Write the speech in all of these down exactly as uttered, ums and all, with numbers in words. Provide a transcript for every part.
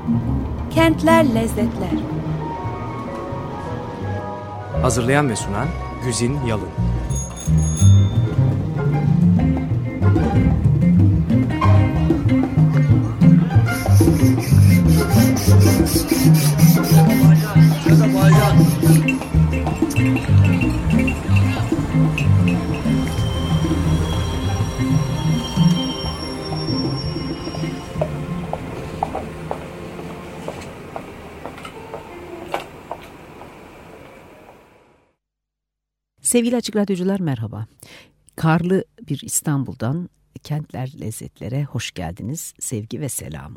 Kentler Lezzetler. Hazırlayan ve sunan Güzin Yalın. Sevgili Açık Radyocular merhaba. Karlı bir İstanbul'dan Kentler Lezzetlere hoş geldiniz. Sevgi ve selamı.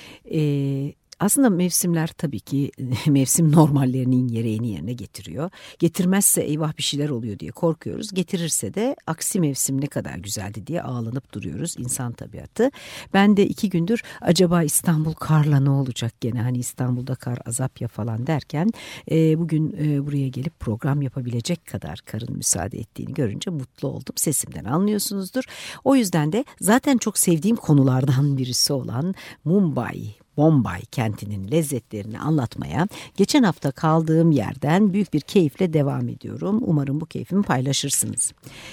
Ee, aslında mevsimler tabii ki mevsim normallerinin gereğini yerine getiriyor. Getirmezse eyvah bir şeyler oluyor diye korkuyoruz. Getirirse de aksi mevsim ne kadar güzeldi diye ağlanıp duruyoruz. İnsan tabiatı. Ben de iki gündür acaba İstanbul karla ne olacak gene? Hani İstanbul'da kar azap ya falan derken e, bugün e, buraya gelip program yapabilecek kadar karın müsaade ettiğini görünce mutlu oldum. Sesimden anlıyorsunuzdur. O yüzden de zaten çok sevdiğim konulardan birisi olan Mumbai, Bombay kentinin lezzetlerini anlatmaya geçen hafta kaldığım yerden büyük bir keyifle devam ediyorum. Umarım bu keyfimi paylaşırsınız.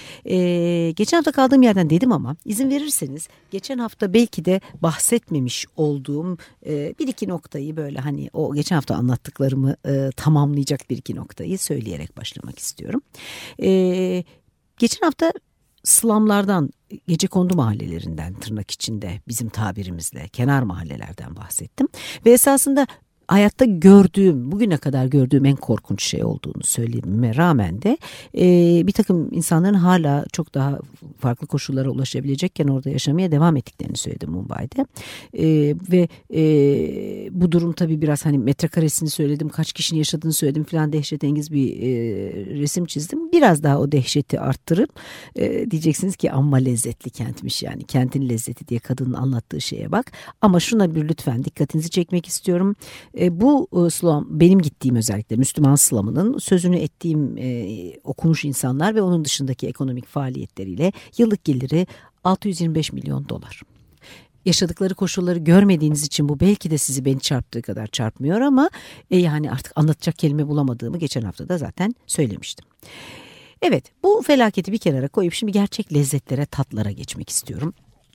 Ee, geçen hafta kaldığım yerden dedim ama izin verirseniz geçen hafta belki de bahsetmemiş olduğum e, bir iki noktayı böyle hani o geçen hafta anlattıklarımı e, tamamlayacak bir iki noktayı söyleyerek başlamak istiyorum. E, geçen hafta slumlardan, gecekondu mahallelerinden tırnak içinde bizim tabirimizle kenar mahallelerden bahsettim. Ve esasında hayatta gördüğüm, bugüne kadar gördüğüm en korkunç şey olduğunu söylememe rağmen de e, bir takım insanların hala çok daha farklı koşullara ulaşabilecekken orada yaşamaya devam ettiklerini söyledim Mumbai'de. E, ve e, bu durum tabii biraz hani metrekaresini söyledim, kaç kişinin yaşadığını söyledim falan, dehşetengiz bir e, resim çizdim. Biraz daha o dehşeti arttırıp e, diyeceksiniz ki amma lezzetli kentmiş, yani kentin lezzeti diye kadının anlattığı şeye bak. Ama şuna bir lütfen dikkatinizi çekmek istiyorum. E, bu e, slum, benim gittiğim özellikle Müslüman slum'ının sözünü ettiğim e, okumuş insanlar ve onun dışındaki ekonomik faaliyetleriyle yıllık geliri altı yüz yirmi beş milyon dolar. Yaşadıkları koşulları görmediğiniz için bu belki de sizi beni çarptığı kadar çarpmıyor ama e, yani artık anlatacak kelime bulamadığımı geçen hafta da zaten söylemiştim. Evet, bu felaketi bir kenara koyup şimdi gerçek lezzetlere, tatlara geçmek istiyorum.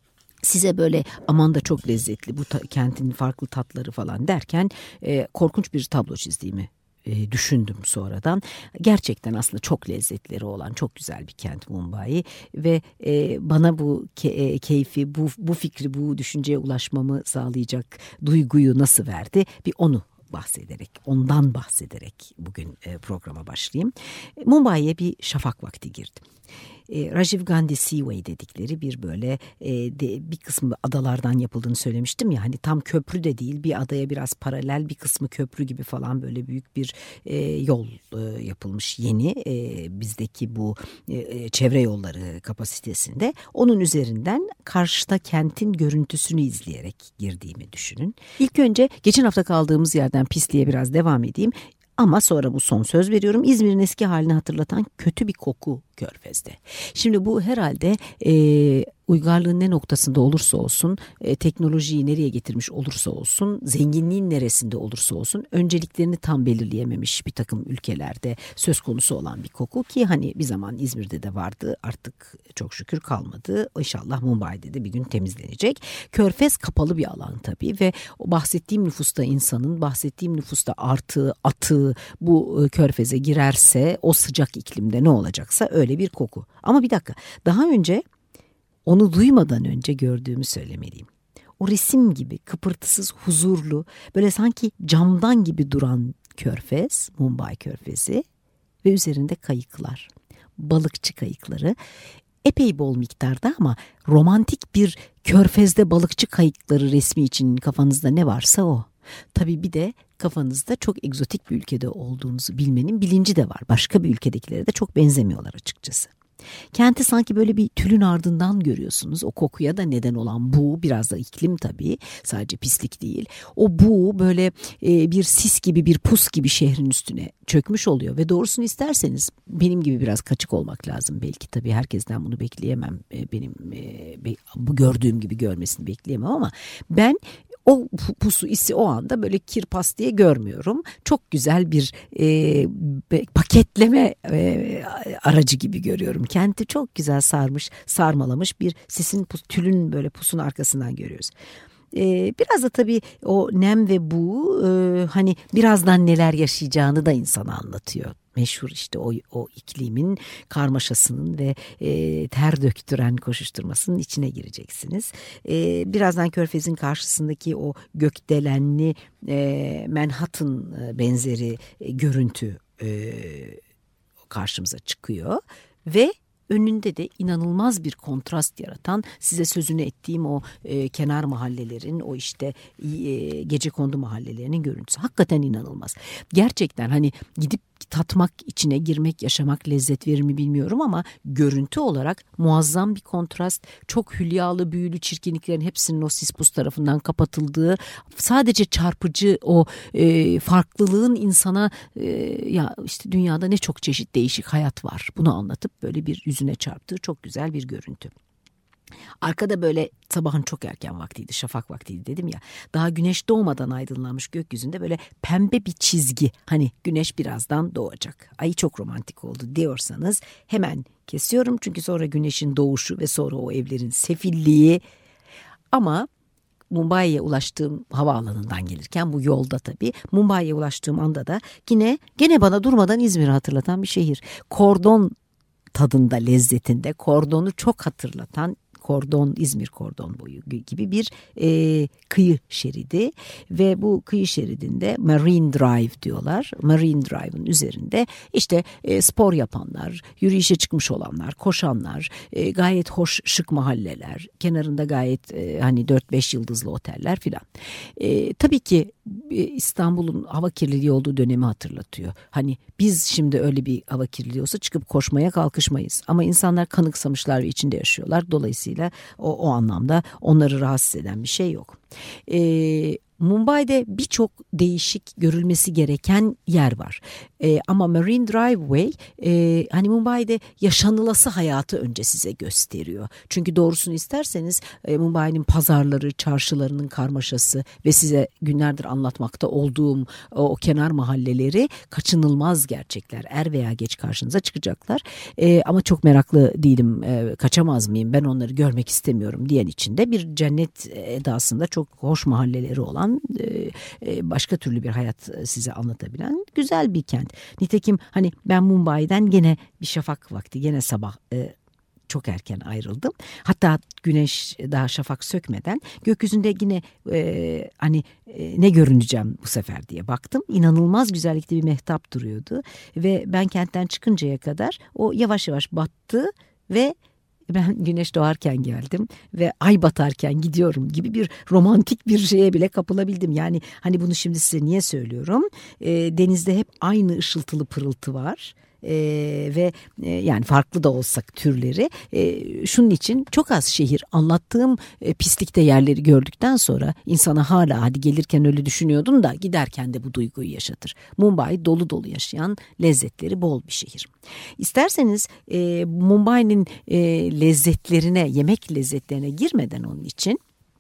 Size böyle aman da çok lezzetli bu ta- kentin farklı tatları falan derken e, korkunç bir tablo çizdiğimi e, düşündüm sonradan. Gerçekten aslında çok lezzetleri olan çok güzel bir kent Mumbai ve e, bana bu ke- e, keyfi, bu, bu fikri, bu düşünceye ulaşmamı sağlayacak duyguyu nasıl verdi, bir onu bahsederek, ondan bahsederek bugün e, programa başlayayım. E, Mumbai'ye bir şafak vakti girdim. E, Rajiv Gandhi Seaway dedikleri bir böyle e, de, bir kısmı adalardan yapıldığını söylemiştim ya, hani tam köprü de değil, bir adaya biraz paralel, bir kısmı köprü gibi falan, böyle büyük bir e, yol e, yapılmış yeni e, bizdeki bu e, çevre yolları kapasitesinde. Onun üzerinden karşıda kentin görüntüsünü izleyerek girdiğimi düşünün. İlk önce geçen hafta kaldığımız yerden pisliğe biraz devam edeyim. Ama sonra bu son söz veriyorum. İzmir'in eski halini hatırlatan kötü bir koku Körfez'de. Şimdi bu herhalde e, uygarlığın ne noktasında olursa olsun, e, teknolojiyi nereye getirmiş olursa olsun, zenginliğin neresinde olursa olsun önceliklerini tam belirleyememiş bir takım ülkelerde söz konusu olan bir koku ki hani bir zaman İzmir'de de vardı, artık çok şükür kalmadı. İnşallah Mumbai'de de bir gün temizlenecek. Körfez kapalı bir alan tabii ve o bahsettiğim nüfusta insanın, bahsettiğim nüfusta artığı, atığı bu Körfez'e girerse o sıcak iklimde ne olacaksa öyle bir koku. Ama bir dakika, daha önce onu duymadan önce gördüğümü söylemeliyim. O resim gibi kıpırtısız, huzurlu, böyle sanki camdan gibi duran Körfez, Mumbai Körfezi ve üzerinde kayıklar, balıkçı kayıkları. Epey bol miktarda ama romantik bir Körfez'de balıkçı kayıkları resmi için kafanızda ne varsa o. Tabii bir de kafanızda çok egzotik bir ülkede olduğunuzu bilmenin bilinci de var. Başka bir ülkedekilere de çok benzemiyorlar açıkçası. Kenti sanki böyle bir tülün ardından görüyorsunuz. O kokuya da neden olan bu, biraz da iklim tabii, sadece pislik değil. O bu böyle e, bir sis gibi, bir pus gibi şehrin üstüne çökmüş oluyor ve doğrusunu isterseniz benim gibi biraz kaçık olmak lazım. Belki tabii herkesten bunu bekleyemem, e, benim e, bu gördüğüm gibi görmesini bekleyemem ama ben o pusu isi o anda böyle kirpas diye görmüyorum. Çok güzel bir e, paketleme e, aracı gibi görüyorum. Kenti çok güzel sarmış, sarmalamış bir sisin pus, tülün böyle pusun arkasından görüyoruz. Ee, biraz da tabii o nem ve bu e, hani birazdan neler yaşayacağını da insana anlatıyor. Meşhur işte o, o iklimin karmaşasının ve e, ter döktüren koşuşturmasının içine gireceksiniz. E, birazdan Körfez'in karşısındaki o gökdelenli e, Manhattan benzeri e, görüntü e, karşımıza çıkıyor ve önünde de inanılmaz bir kontrast yaratan, size sözünü ettiğim o e, kenar mahallelerin, o işte e, gecekondu mahallelerinin görüntüsü. Hakikaten inanılmaz. Gerçekten hani gidip tatmak, içine girmek, yaşamak lezzet verir mi bilmiyorum ama görüntü olarak muazzam bir kontrast. Çok hülyalı, büyülü çirkinliklerin hepsinin o sispus tarafından kapatıldığı, sadece çarpıcı o e, farklılığın insana e, ya işte dünyada ne çok çeşit değişik hayat var. Bunu anlatıp böyle bir yüzüne çarptığı çok güzel bir görüntü. Arkada böyle sabahın çok erken vaktiydi, şafak vaktiydi dedim ya. Daha güneş doğmadan aydınlanmış gökyüzünde böyle pembe bir çizgi. Hani güneş birazdan doğacak. Ay çok romantik oldu diyorsanız hemen kesiyorum. Çünkü sonra güneşin doğuşu ve sonra o evlerin sefilliği. Ama Mumbai'ye ulaştığım havaalanından gelirken bu yolda tabii Mumbai'ye ulaştığım anda da yine gene bana durmadan İzmir'i hatırlatan bir şehir. Kordon tadında, lezzetinde kordonu çok hatırlatan, kordon, İzmir kordon boyu gibi bir e, kıyı şeridi ve bu kıyı şeridinde Marine Drive diyorlar. Marine Drive'ın üzerinde işte e, spor yapanlar, yürüyüşe çıkmış olanlar, koşanlar, e, gayet hoş şık mahalleler, kenarında gayet e, hani dört beş yıldızlı oteller filan. E, tabii ki e, İstanbul'un hava kirliliği olduğu dönemi hatırlatıyor. Hani biz şimdi öyle bir hava kirliliği olsa çıkıp koşmaya kalkışmayız. Ama insanlar kanıksamışlar ve içinde yaşıyorlar. Dolayısıyla o, o anlamda onları rahatsız eden bir şey yok. Ee, Mumbai'de birçok değişik görülmesi gereken yer var. Ee, ama Marine Driveway e, hani Mumbai'de yaşanılası hayatı önce size gösteriyor. Çünkü doğrusunu isterseniz e, Mumbai'nin pazarları, çarşılarının karmaşası ve size günlerdir anlatmakta olduğum o, o kenar mahalleleri kaçınılmaz gerçekler. Er veya geç karşınıza çıkacaklar. E, ama çok meraklı değilim. E, kaçamaz mıyım? Ben onları görmek istemiyorum diyen içinde bir cennet edasında çok hoş mahalleleri olan, başka türlü bir hayat size anlatabilen güzel bir kent. Nitekim hani ben Mumbai'den gene bir şafak vakti, gene sabah çok erken ayrıldım. Hatta güneş daha şafak sökmeden gökyüzünde yine e, hani e, ne görüneceğim bu sefer diye baktım. İnanılmaz güzellikte bir mehtap duruyordu ve ben kentten çıkıncaya kadar o yavaş yavaş battı ve ben güneş doğarken geldim ve ay batarken gidiyorum gibi bir romantik bir şeye bile kapılabildim. Yani hani bunu şimdi size niye söylüyorum? E, denizde hep aynı ışıltılı pırıltı var. Ee, ve e, yani farklı da olsak türleri e, şunun için çok az şehir anlattığım e, pislikte yerleri gördükten sonra insana hala hadi gelirken öyle düşünüyordum da giderken de bu duyguyu yaşatır. Mumbai dolu dolu yaşayan, lezzetleri bol bir şehir. İsterseniz e, Mumbai'nin e, lezzetlerine, yemek lezzetlerine girmeden onun için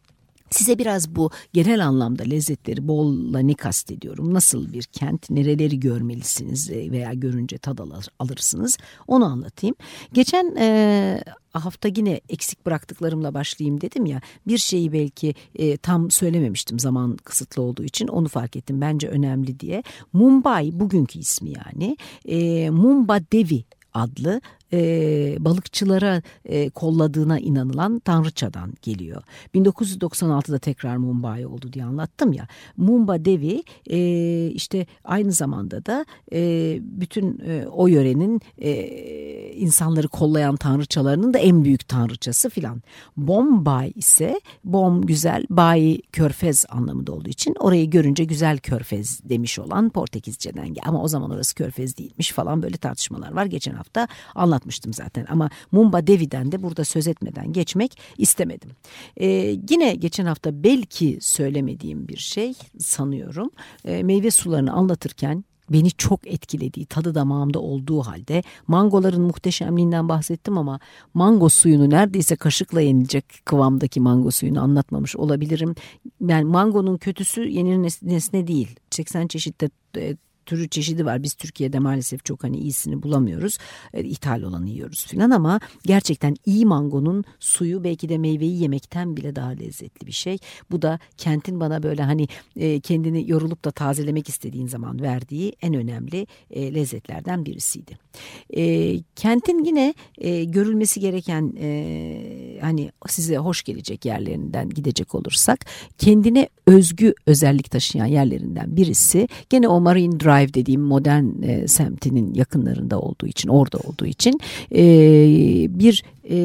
size biraz bu genel anlamda lezzetleri bolla ne kastediyorum? Nasıl bir kent, nereleri görmelisiniz veya görünce tad alır, alırsınız onu anlatayım. Geçen e, hafta yine eksik bıraktıklarımla başlayayım dedim ya, bir şeyi belki e, tam söylememiştim zaman kısıtlı olduğu için, onu fark ettim bence önemli diye. Mumbai bugünkü ismi yani e, Mumba Devi adlı e, balıkçılara e, kolladığına inanılan tanrıçadan geliyor. bin dokuz yüz doksan altıda tekrar Mumbai oldu diye anlattım ya. Mumba Devi e, işte aynı zamanda da e, bütün e, o yörenin e, insanları kollayan tanrıçalarının da en büyük tanrıçası filan. Bombay ise bom güzel, bay körfez anlamında olduğu için orayı görünce güzel körfez demiş olan Portekizceden gel. Ama o zaman orası körfez değilmiş falan, böyle tartışmalar var. Geçen hafta anlatmıştım zaten ama Mumba Devi'den de burada söz etmeden geçmek istemedim. Ee, yine geçen hafta belki söylemediğim bir şey sanıyorum. Ee, meyve sularını anlatırken beni çok etkilediği, tadı damağımda olduğu halde, mangoların muhteşemliğinden bahsettim ama mango suyunu neredeyse kaşıkla yenilecek kıvamdaki mango suyunu anlatmamış olabilirim. Yani mangonun kötüsü yenir nesne değil. seksen çeşitte e, türü çeşidi var. Biz Türkiye'de maalesef çok hani iyisini bulamıyoruz. E, ithal olanı yiyoruz filan ama gerçekten iyi mangonun suyu belki de meyveyi yemekten bile daha lezzetli bir şey. Bu da kentin bana böyle hani e, kendini yorulup da tazelemek istediğin zaman verdiği en önemli e, lezzetlerden birisiydi. E, kentin yine e, görülmesi gereken e, hani size hoş gelecek yerlerinden gidecek olursak kendine özgü özellik taşıyan yerlerinden birisi gene o Marine Drive dediğim modern e, semtinin yakınlarında olduğu için, orada olduğu için e, bir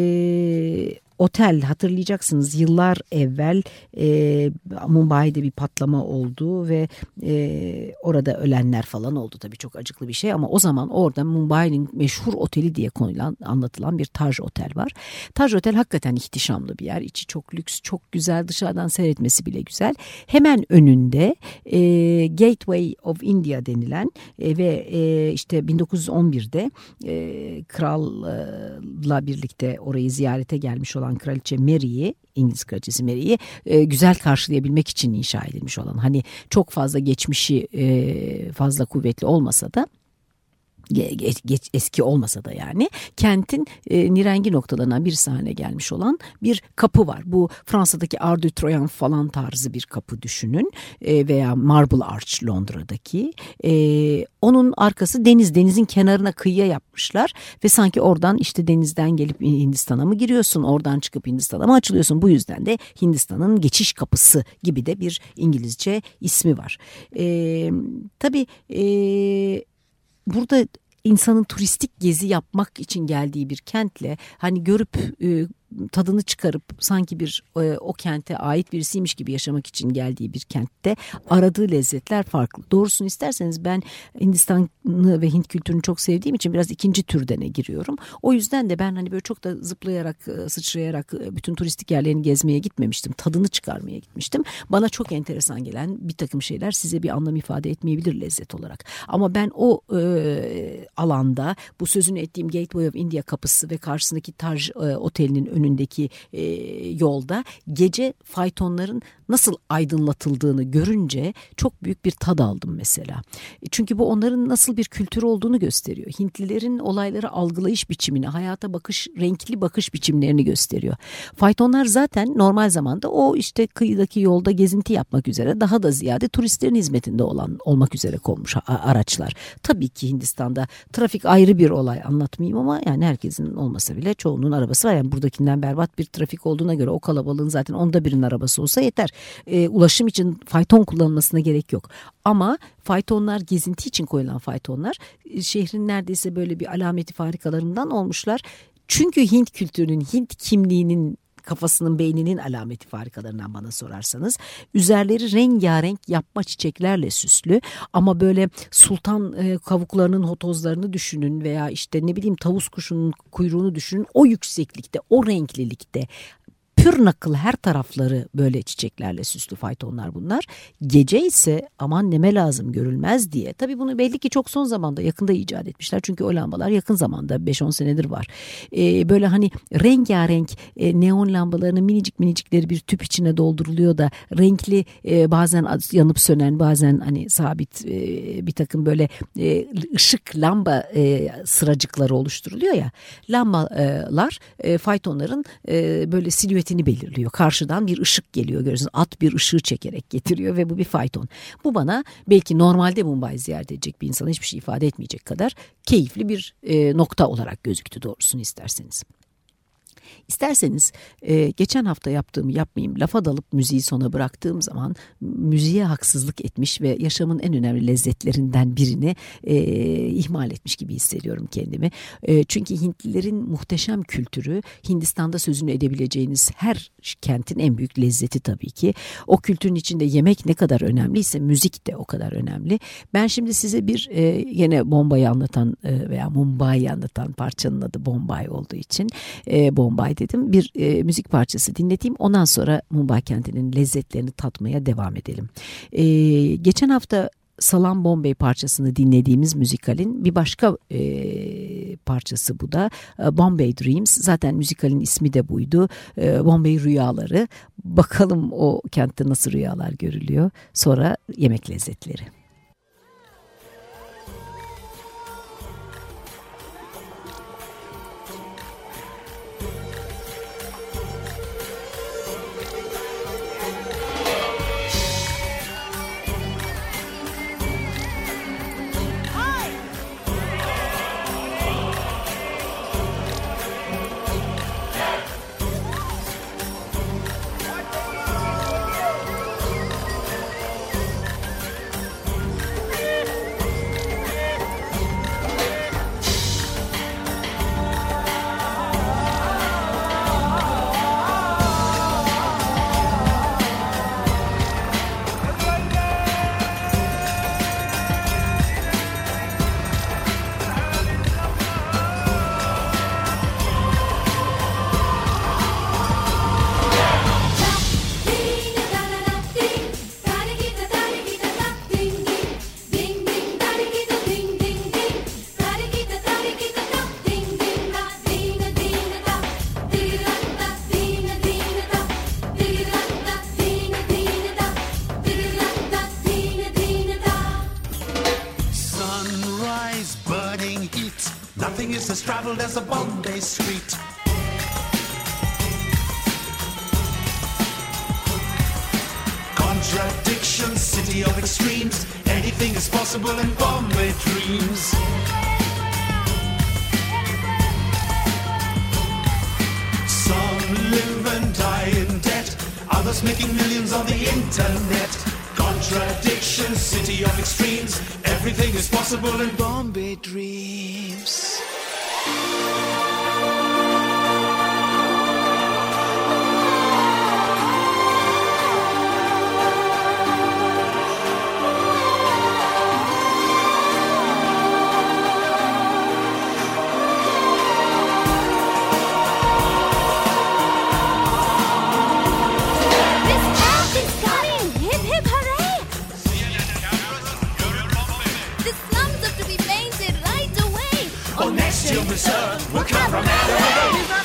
e, otel, hatırlayacaksınız yıllar evvel e, Mumbai'de bir patlama oldu ve e, orada ölenler falan oldu, tabii çok acıklı bir şey ama o zaman orada Mumbai'nin meşhur oteli diye konulan, anlatılan bir Taj Otel var. Taj Otel hakikaten ihtişamlı bir yer, içi çok lüks, çok güzel, dışarıdan seyretmesi bile güzel. Hemen önünde e, Gateway of India denilen e, ve e, işte bin dokuz yüz on birde e, kralla birlikte orayı ziyarete gelmiş olan Kraliçe Mary'yi, İngiliz Kraliçesi Mary'yi e, güzel karşılayabilmek için inşa edilmiş olan, hani çok fazla geçmişi e, fazla kuvvetli olmasa da, Geç, geç, eski olmasa da yani kentin e, nirengi noktalarından birisi haline gelmiş olan bir kapı var. Bu Fransa'daki Arc de Triomphe falan tarzı bir kapı düşünün e, veya Marble Arch Londra'daki. E, onun arkası deniz, denizin kenarına kıyıya yapmışlar ve sanki oradan işte denizden gelip Hindistan'a mı giriyorsun, oradan çıkıp Hindistan'a mı açılıyorsun? Bu yüzden de Hindistan'ın geçiş kapısı gibi de bir İngilizce ismi var. E, tabii e, burada insanın turistik gezi yapmak için geldiği bir kentle hani görüp e, tadını çıkarıp sanki bir e, o kente ait birisiymiş gibi yaşamak için geldiği bir kentte aradığı lezzetler farklı. Doğrusunu isterseniz ben Hindistan'ı ve Hint kültürünü çok sevdiğim için biraz ikinci türdene giriyorum. O yüzden de ben hani böyle çok da zıplayarak, sıçrayarak bütün turistik yerlerini gezmeye gitmemiştim. Tadını çıkarmaya gitmiştim. Bana çok enteresan gelen bir takım şeyler size bir anlam ifade etmeyebilir lezzet olarak. Ama ben o e, alanda bu sözünü ettiğim Gateway of India kapısı ve karşısındaki Taj e, otelinin önündeki e, yolda gece faytonların nasıl aydınlatıldığını görünce çok büyük bir tad aldım mesela. Çünkü bu onların nasıl bir kültür olduğunu gösteriyor. Hintlilerin olayları algılayış biçimini, hayata bakış, renkli bakış biçimlerini gösteriyor. Faytonlar zaten normal zamanda o işte kıyıdaki yolda gezinti yapmak üzere, daha da ziyade turistlerin hizmetinde olan olmak üzere konmuş araçlar. Tabii ki Hindistan'da trafik ayrı bir olay, anlatmayayım ama yani herkesin olmasa bile çoğunun arabası var. Yani buradakinden berbat bir trafik olduğuna göre o kalabalığın zaten onda birinin arabası olsa yeter. E, ulaşım için fayton kullanılmasına gerek yok. Ama faytonlar, gezinti için koyulan faytonlar e, şehrin neredeyse böyle bir alameti farikalarından olmuşlar. Çünkü Hint kültürünün, Hint kimliğinin, kafasının, beyninin alameti farikalarından bana sorarsanız. Üzerleri rengarenk yapma çiçeklerle süslü ama böyle sultan e, kavuklarının hotozlarını düşünün veya işte ne bileyim tavus kuşunun kuyruğunu düşünün. O yükseklikte, o renklilikte, pür nakıl her tarafları böyle çiçeklerle süslü faytonlar bunlar. Gece ise aman neme lazım, görülmez diye. Tabii bunu belli ki çok son zamanda, yakında icat etmişler. Çünkü o lambalar yakın zamanda, beş on senedir var. Ee, böyle hani rengarenk e, neon lambalarının minicik minicikleri bir tüp içine dolduruluyor da renkli e, bazen yanıp sönen, bazen hani sabit e, bir takım böyle e, ışık lamba e, sıracıkları oluşturuluyor ya. Lambalar e, faytonların e, böyle silüetini belirliyor. Karşıdan bir ışık geliyor, görüyorsunuz. At bir ışığı çekerek getiriyor ve bu bir fayton. Bu bana belki normalde Mumbai ziyaret edecek bir insana hiçbir şey ifade etmeyecek kadar keyifli bir e, nokta olarak gözüktü, doğrusunu isterseniz. İsterseniz e, geçen hafta yaptığımı yapmayayım, lafa dalıp müziği sona bıraktığım zaman müziğe haksızlık etmiş ve yaşamın en önemli lezzetlerinden birini e, ihmal etmiş gibi hissediyorum kendimi. E, çünkü Hintlilerin muhteşem kültürü, Hindistan'da sözünü edebileceğiniz her kentin en büyük lezzeti tabii ki. O kültürün içinde yemek ne kadar önemliyse müzik de o kadar önemli. Ben şimdi size bir e, yine Bombay'ı anlatan e, veya Mumbai'yi anlatan, parçanın adı Bombay olduğu için e, Bombay dedim. Bir e, müzik parçası dinleteyim. Ondan sonra Mumbai kentinin lezzetlerini tatmaya devam edelim. E, geçen hafta Salam Bombay parçasını dinlediğimiz müzikalin bir başka e, parçası bu da. Bombay Dreams. Zaten müzikalin ismi de buydu. E, Bombay Rüyaları. Bakalım o kentte nasıl rüyalar görülüyor. Sonra yemek lezzetleri. Traveled as a Bombay street. Contradiction, city of extremes. Anything is possible in Bombay dreams. Some live and die in debt. Others making millions on the internet. Contradiction, city of extremes. Everything is possible in Bombay dreams. We'll come from L A.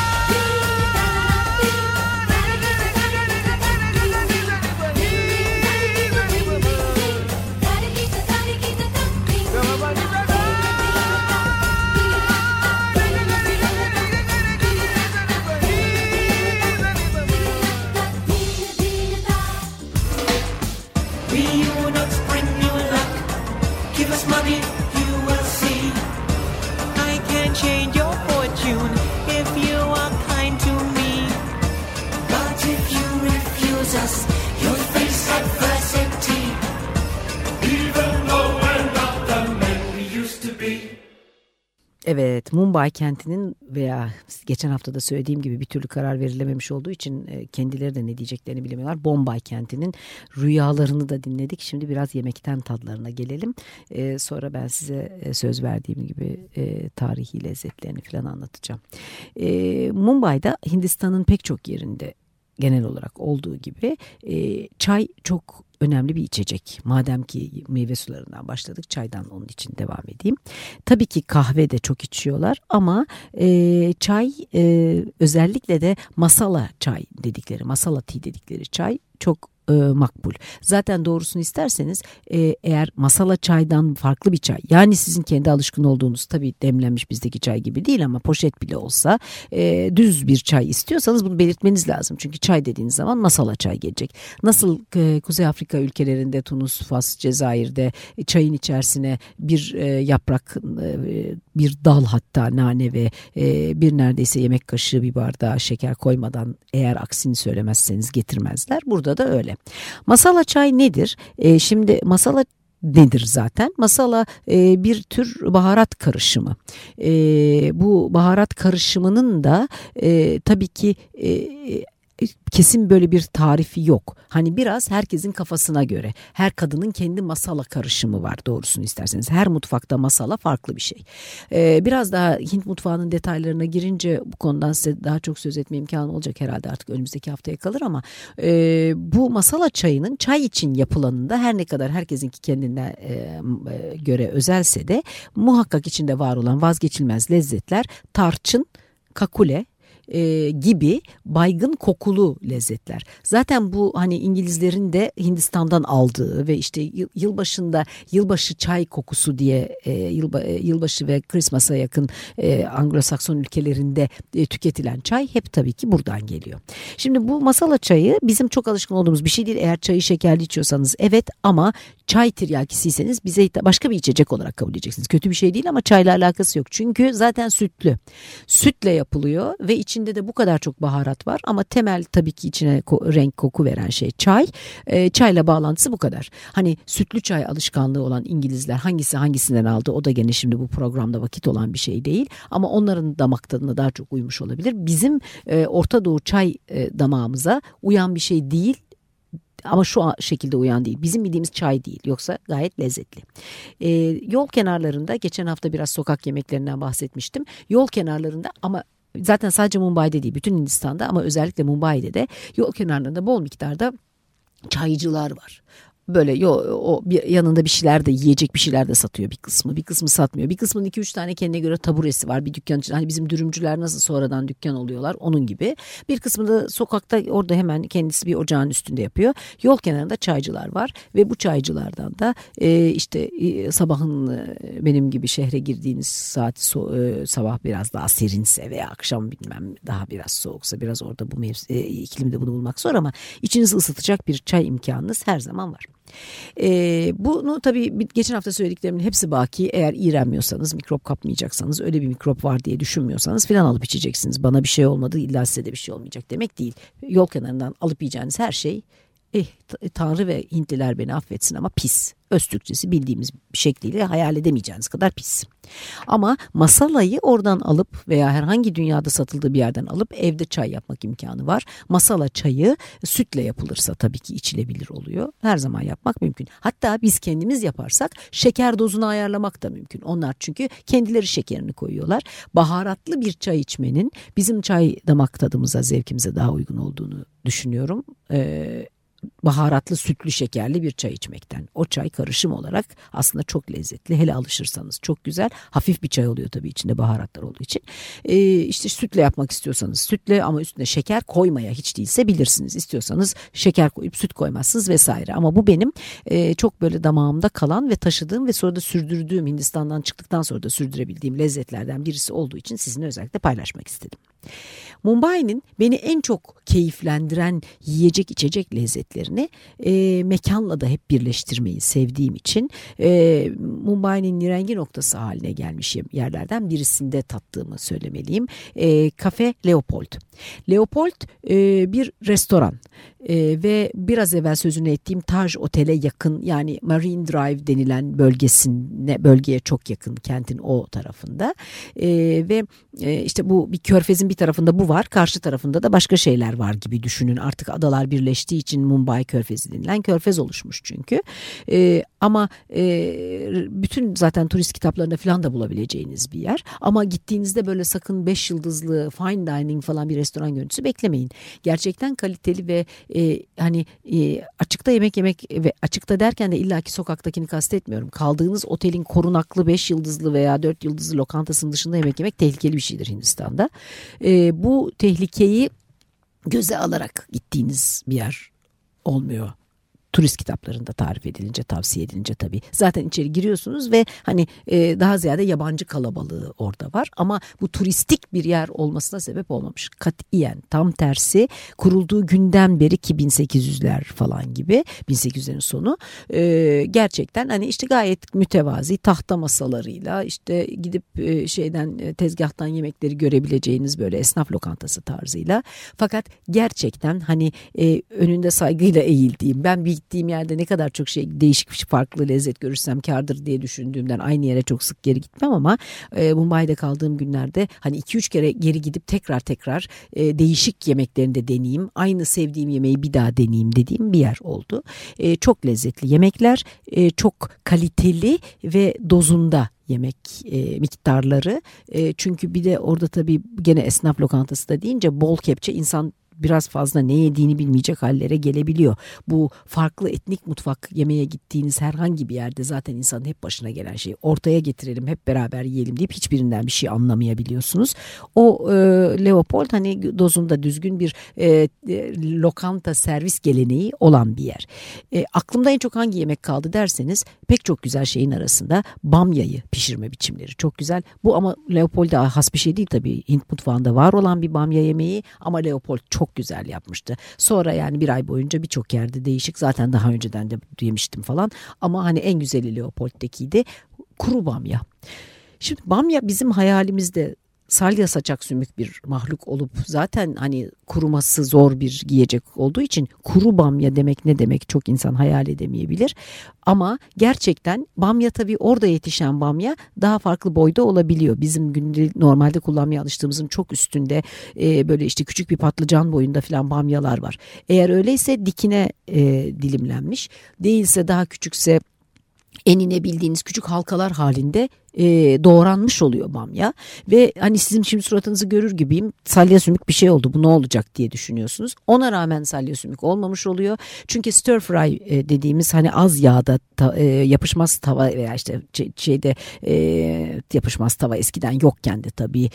Evet, Mumbai kentinin veya geçen hafta da söylediğim gibi bir türlü karar verilememiş olduğu için kendileri de ne diyeceklerini bilemiyorlar. Bombay kentinin rüyalarını da dinledik. Şimdi biraz yemekten tadlarına gelelim. Ee, sonra ben size söz verdiğim gibi e, tarihi lezzetlerini falan anlatacağım. Ee, Mumbai'da Hindistan'ın pek çok yerinde genel olarak olduğu gibi e, çay çok önemli bir içecek. Madem ki meyve sularından başladık, çaydan onun için devam edeyim. Tabii ki kahve de çok içiyorlar ama e, çay e, özellikle de masala çay dedikleri, masala tea dedikleri çay çok e, makbul. Zaten doğrusunu isterseniz e, eğer masala çaydan farklı bir çay, yani sizin kendi alışkın olduğunuz, tabii demlenmiş bizdeki çay gibi değil ama poşet bile olsa e, düz bir çay istiyorsanız bunu belirtmeniz lazım. Çünkü çay dediğiniz zaman masala çay gelecek. Nasıl e, Kuzey Afrika ülkelerinde, Tunus, Fas, Cezayir'de e, çayın içerisine bir e, yaprak, e, bir dal, hatta nane ve e, bir neredeyse yemek kaşığı bir bardağı şeker koymadan, eğer aksini söylemezseniz, getirmezler. Burada da öyle. Masala çay nedir? E, şimdi masala nedir zaten? Masala e, bir tür baharat karışımı. E, bu baharat karışımının da e, tabii ki e, kesin böyle bir tarifi yok. Hani biraz herkesin kafasına göre. Her kadının kendi masala karışımı var doğrusunu isterseniz. Her mutfakta masala farklı bir şey. Ee, biraz daha Hint mutfağının detaylarına girince bu konudan size daha çok söz etme imkanı olacak herhalde, artık önümüzdeki haftaya kalır ama e, bu masala çayının çay için yapılanında her ne kadar herkesinki kendine e, e, göre özelse de muhakkak içinde var olan vazgeçilmez lezzetler tarçın, kakule E, gibi baygın kokulu lezzetler. Zaten bu hani İngilizlerin de Hindistan'dan aldığı ve işte yıl, yılbaşında yılbaşı çay kokusu diye e, yılba, e, yılbaşı ve Christmas'a yakın e, Anglo-Sakson ülkelerinde e, tüketilen çay hep tabii ki buradan geliyor. Şimdi bu masala çayı bizim çok alışkın olduğumuz bir şey değil. Eğer çayı şekerli içiyorsanız evet, ama çay tiryakisiyseniz bize başka bir içecek olarak kabul edeceksiniz. Kötü bir şey değil ama çayla alakası yok. Çünkü zaten sütlü. Sütle yapılıyor ve içinde de bu kadar çok baharat var ama temel tabii ki içine ko- renk koku veren şey çay. E, çayla bağlantısı bu kadar. Hani sütlü çay alışkanlığı olan İngilizler hangisi hangisinden aldı o da gene şimdi bu programda vakit olan bir şey değil. Ama onların damak tadına daha çok uymuş olabilir. Bizim e, Orta Doğu çay e, damağımıza uyan bir şey değil. Ama şu şekilde uyan değil. Bizim bildiğimiz çay değil. Yoksa gayet lezzetli. Ee, yol kenarlarında, geçen hafta biraz sokak yemeklerinden bahsetmiştim. Yol kenarlarında, ama zaten sadece Mumbai'de değil, bütün Hindistan'da ama özellikle Mumbai'de de yol kenarlarında bol miktarda çaycılar var. Böyle yo, o bir yanında bir şeyler de yiyecek bir şeyler de satıyor bir kısmı. Bir kısmı satmıyor. Bir kısmının iki üç tane kendine göre taburesi var. Bir dükkan, hani bizim dürümcüler nasıl sonradan dükkan oluyorlar onun gibi. Bir kısmı da sokakta orada hemen kendisi bir ocağın üstünde yapıyor. Yol kenarında çaycılar var ve bu çaycılardan da e, işte e, sabahın e, benim gibi şehre girdiğiniz saat so, e, sabah biraz daha serinse veya akşam bilmem daha biraz soğuksa, biraz orada bu mevsim, e, iklimde bunu bulmak zor ama içinizi ısıtacak bir çay imkanınız her zaman var. Ee, bunu tabii geçen hafta söylediklerimin hepsi baki. Eğer iğrenmiyorsanız, mikrop kapmayacaksanız, öyle bir mikrop var diye düşünmüyorsanız filan alıp içeceksiniz. Bana bir şey olmadı, illa size de bir şey olmayacak demek değil. Yol kenarından alıp yiyeceğiniz her şey eh, Tanrı ve Hintliler beni affetsin ama pis. Öz Türkçesi bildiğimiz şekliyle hayal edemeyeceğiniz kadar pis. Ama masalayı oradan alıp veya herhangi dünyada satıldığı bir yerden alıp evde çay yapmak imkanı var. Masala çayı sütle yapılırsa tabii ki içilebilir oluyor. Her zaman yapmak mümkün. Hatta biz kendimiz yaparsak şeker dozunu ayarlamak da mümkün. Onlar çünkü kendileri şekerini koyuyorlar. Baharatlı bir çay içmenin bizim çay damak tadımıza, zevkimize daha uygun olduğunu düşünüyorum. Ee, baharatlı, sütlü, şekerli bir çay içmekten. O çay karışım olarak aslında çok lezzetli. Hele alışırsanız çok güzel. Hafif bir çay oluyor tabii içinde baharatlar olduğu için. Ee, işte sütle yapmak istiyorsanız sütle, ama üstüne şeker koymaya hiç değilse bilirsiniz. İstiyorsanız şeker koyup süt koymazsınız vesaire. Ama bu benim e, çok böyle damağımda kalan ve taşıdığım ve sonra da sürdürdüğüm, Hindistan'dan çıktıktan sonra da sürdürebildiğim lezzetlerden birisi olduğu için sizinle özellikle paylaşmak istedim. Mumbai'nin beni en çok keyiflendiren yiyecek içecek lezzetlerini e, mekanla da hep birleştirmeyi sevdiğim için e, Mumbai'nin nirengi noktası haline gelmiş yerlerden birisinde tattığımı söylemeliyim. E, Cafe Leopold. Leopold e, bir restoran e, ve biraz evvel sözünü ettiğim Taj Otel'e yakın, yani Marine Drive denilen bölgesine, bölgeye çok yakın, kentin o tarafında e, ve e, işte bu bir körfezin bir tarafında bu var, karşı tarafında da başka şeyler var gibi düşünün. Artık adalar birleştiği için Mumbai Körfezi denilen körfez oluşmuş çünkü. E, ama e, bütün zaten turist kitaplarında falan da bulabileceğiniz bir yer. Ama gittiğinizde böyle sakın beş yıldızlı fine dining falan bir restoran görüntüsü beklemeyin. Gerçekten kaliteli ve e, hani e, açıkta yemek yemek, ve açıkta derken de illaki sokaktakini kastetmiyorum. Kaldığınız otelin korunaklı beş yıldızlı veya dört yıldızlı lokantasının dışında yemek yemek tehlikeli bir şeydir Hindistan'da. E, bu tehlikeyi göze alarak gittiğiniz bir yer olmuyor. Turist kitaplarında tarif edilince, tavsiye edilince tabii. Zaten içeri giriyorsunuz ve hani e, daha ziyade yabancı kalabalığı orada var. Ama bu turistik bir yer olmasına sebep olmamış. Katiyen tam tersi, kurulduğu günden beri ki bin sekiz yüzler falan gibi, bin sekiz yüzlerin sonu e, gerçekten hani işte gayet mütevazi tahta masalarıyla, işte gidip e, şeyden e, tezgahtan yemekleri görebileceğiniz böyle esnaf lokantası tarzıyla. Fakat gerçekten hani e, önünde saygıyla eğildiğim, ben bir gittiğim yerde ne kadar çok şey değişik farklı lezzet görürsem kârdır diye düşündüğümden aynı yere çok sık geri gitmem ama e, Mumbai'de kaldığım günlerde hani iki üç kere geri gidip tekrar tekrar e, değişik yemeklerini de deneyeyim. Aynı sevdiğim yemeği bir daha deneyeyim dediğim bir yer oldu. E, çok lezzetli yemekler, e, çok kaliteli ve dozunda yemek e, miktarları. E, çünkü bir de orada tabii gene esnaf lokantası da deyince bol kepçe insan biraz fazla ne yediğini bilmeyecek hallere gelebiliyor. Bu farklı etnik mutfak yemeye gittiğiniz herhangi bir yerde zaten insanın hep başına gelen şey. Ortaya getirelim, hep beraber yiyelim deyip hiçbirinden bir şey anlamayabiliyorsunuz. O e, Leopold hani dozunda düzgün bir e, e, lokanta servis geleneği olan bir yer. E, aklımda en çok hangi yemek kaldı derseniz pek çok güzel şeyin arasında bamyayı pişirme biçimleri çok güzel. Bu ama Leopold'a has bir şey değil tabii. Hint mutfağında var olan bir bamya yemeği ama Leopold çok Çok güzel yapmıştı. Sonra yani bir ay boyunca birçok yerde değişik. Zaten daha önceden de yemiştim falan. Ama hani en güzeli Leopold'dekiydi. Kuru bamya. Şimdi bamya bizim hayalimizde salya saçak sümük bir mahluk olup zaten hani kuruması zor bir yiyecek olduğu için kuru bamya demek ne demek çok insan hayal edemeyebilir. Ama gerçekten bamya tabii orada yetişen bamya daha farklı boyda olabiliyor. Bizim günlük normalde kullanmaya alıştığımızın çok üstünde e, böyle işte küçük bir patlıcan boyunda falan bamyalar var. Eğer öyleyse dikine e, dilimlenmiş, değilse daha küçükse enine bildiğiniz küçük halkalar halinde e, doğranmış oluyor bamya ve hani sizin şimdi suratınızı görür gibiyim, salya sümük bir şey oldu, bu ne olacak diye düşünüyorsunuz. Ona rağmen salya sümük olmamış oluyor. Çünkü stir fry e, dediğimiz hani az yağda ta, e, yapışmaz tava veya işte şeyde e, yapışmaz tava eskiden yokken de tabii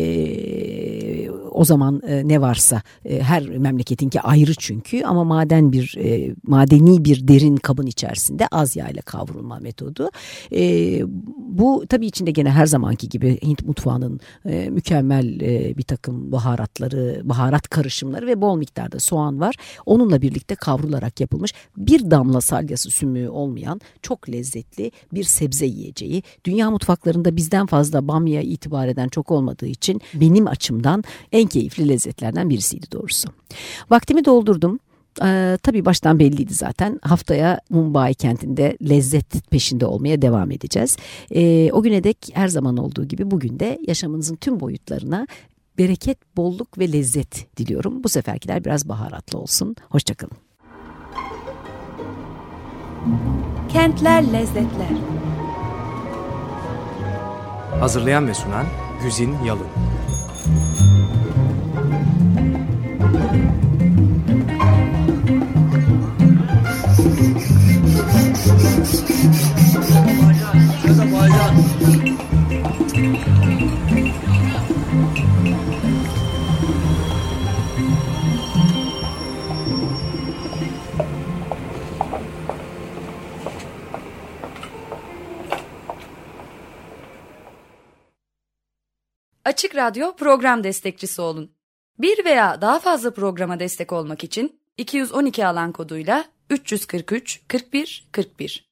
e, o zaman e, ne varsa e, her memleketinki ayrı çünkü ama maden bir e, madeni bir derin kabın içerisinde az yağ ile kavrulma metodu. E, bu tabii içinde gene her zamanki gibi Hint mutfağının e, mükemmel e, bir takım baharatları, baharat karışımları ve bol miktarda soğan var. Onunla birlikte kavrularak yapılmış bir damla salyası sümüğü olmayan çok lezzetli bir sebze yiyeceği. Dünya mutfaklarında bizden fazla bamya itibar eden çok olmadığı için benim açımdan en keyifli lezzetlerden birisiydi doğrusu. Vaktimi doldurdum. Ee, tabii baştan belliydi zaten. Haftaya Mumbai kentinde lezzet peşinde olmaya devam edeceğiz. Ee, o güne dek her zaman olduğu gibi bugün de yaşamınızın tüm boyutlarına bereket, bolluk ve lezzet diliyorum. Bu seferkiler biraz baharatlı olsun. Hoşçakalın. Kentler Lezzetler. Hazırlayan ve sunan Güzin Yalın. Açık Radyo program destekçisi olun. Bir veya daha fazla programa destek olmak için iki yüz on iki alan koduyla üç yüz kırk üç kırk bir kırk bir